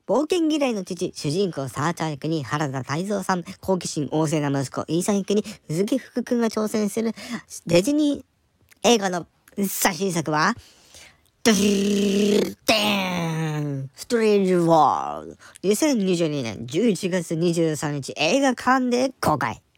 冒険嫌いの父、主人公サーチャー役に原田泰造さん、好奇心旺盛な息子イーサン役に鈴木福くんが挑戦するディズニー映画の最新作はストレージワールド2022年11月23日映画館で公開。